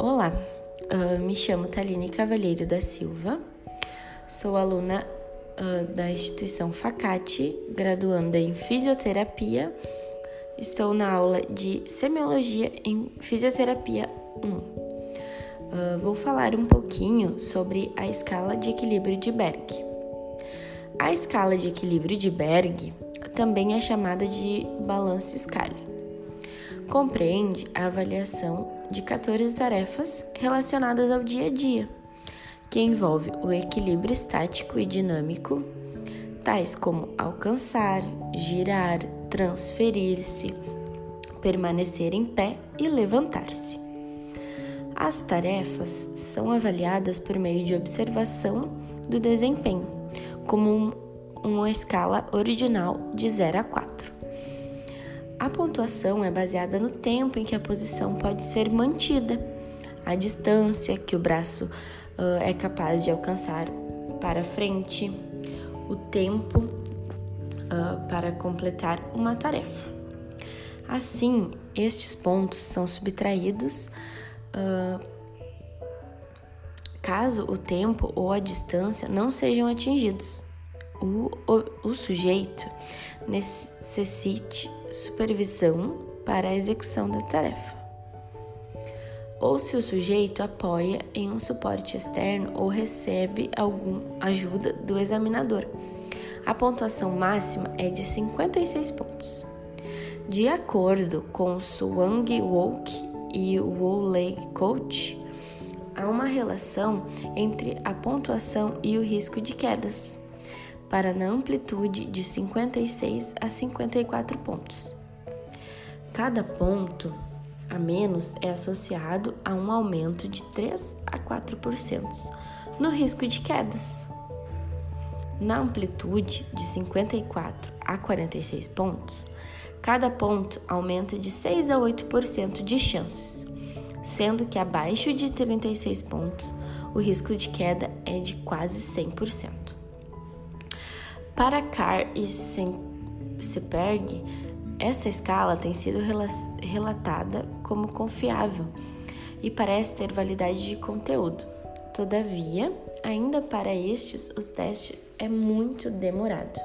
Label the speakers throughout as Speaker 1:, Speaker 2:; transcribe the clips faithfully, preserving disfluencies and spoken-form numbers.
Speaker 1: Olá, uh, me chamo Thaline Cavalheiro da Silva, sou aluna uh, da instituição Facate, graduanda em Fisioterapia. Estou na aula de Semiologia em Fisioterapia um. Uh, vou falar um pouquinho sobre a escala de equilíbrio de Berg. A escala de equilíbrio de Berg também é chamada de Balance Scale. Compreende a avaliação de quatorze tarefas relacionadas ao dia a dia, que envolve o equilíbrio estático e dinâmico, tais como alcançar, girar, transferir-se, permanecer em pé e levantar-se. As tarefas são avaliadas por meio de observação do desempenho, como um, uma escala ordinal de zero a quatro. A pontuação é baseada no tempo em que a posição pode ser mantida, a distância que o braço uh, é capaz de alcançar para frente, o tempo uh, para completar uma tarefa. Assim, estes pontos são subtraídos uh, caso o tempo ou a distância não sejam atingidos. O, o, o sujeito necessite supervisão para a execução da tarefa, ou se o sujeito apoia em um suporte externo ou recebe alguma ajuda do examinador. A pontuação máxima é de cinquenta e seis pontos. De acordo com Swang Woke e Woolley Coach, há uma relação entre a pontuação e o risco de quedas, para na amplitude de cinquenta e seis a cinquenta e quatro pontos. Cada ponto a menos é associado a um aumento de três a quatro por cento no risco de quedas. Na amplitude de cinquenta e quatro a quarenta e seis pontos, cada ponto aumenta de seis a oito por cento de chances, sendo que abaixo de trinta e seis pontos, o risco de queda é de quase cem por cento. Para Carr e Seberg, esta escala tem sido relatada como confiável e parece ter validade de conteúdo. Todavia, ainda para estes, o teste é muito demorado.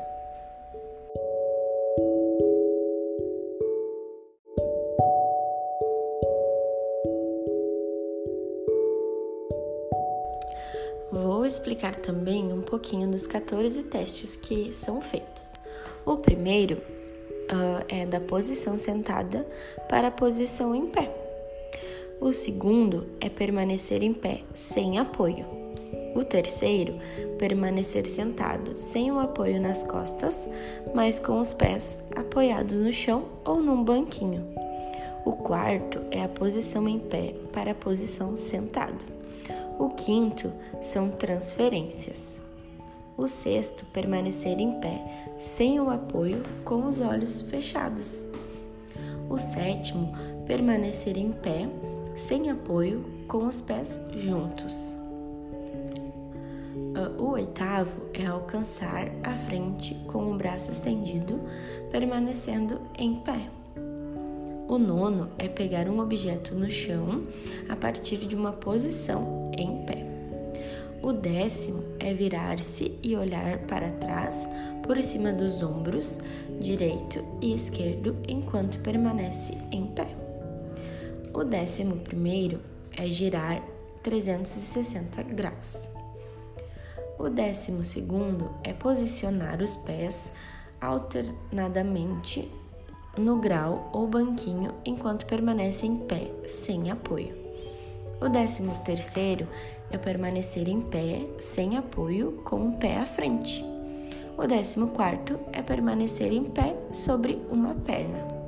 Speaker 1: Vou explicar também um pouquinho dos quatorze testes que são feitos. O primeiro uh, é da posição sentada para a posição em pé. O segundo é permanecer em pé sem apoio. O terceiro, permanecer sentado sem o apoio nas costas, mas com os pés apoiados no chão ou num banquinho. O quarto é a posição em pé para a posição sentado. O quinto são transferências. O sexto, permanecer em pé, sem o apoio, com os olhos fechados. O sétimo, permanecer em pé, sem apoio, com os pés juntos. O oitavo é alcançar a frente com o braço estendido, permanecendo em pé. O nono é pegar um objeto no chão a partir de uma posição em pé. O décimo é virar-se e olhar para trás por cima dos ombros direito e esquerdo enquanto permanece em pé. O décimo primeiro é girar trezentos e sessenta graus. O décimo segundo é posicionar os pés alternadamente no grau ou banquinho enquanto permanece em pé, sem apoio. O décimo terceiro é permanecer em pé, sem apoio, com o pé à frente. O décimo quarto é permanecer em pé sobre uma perna.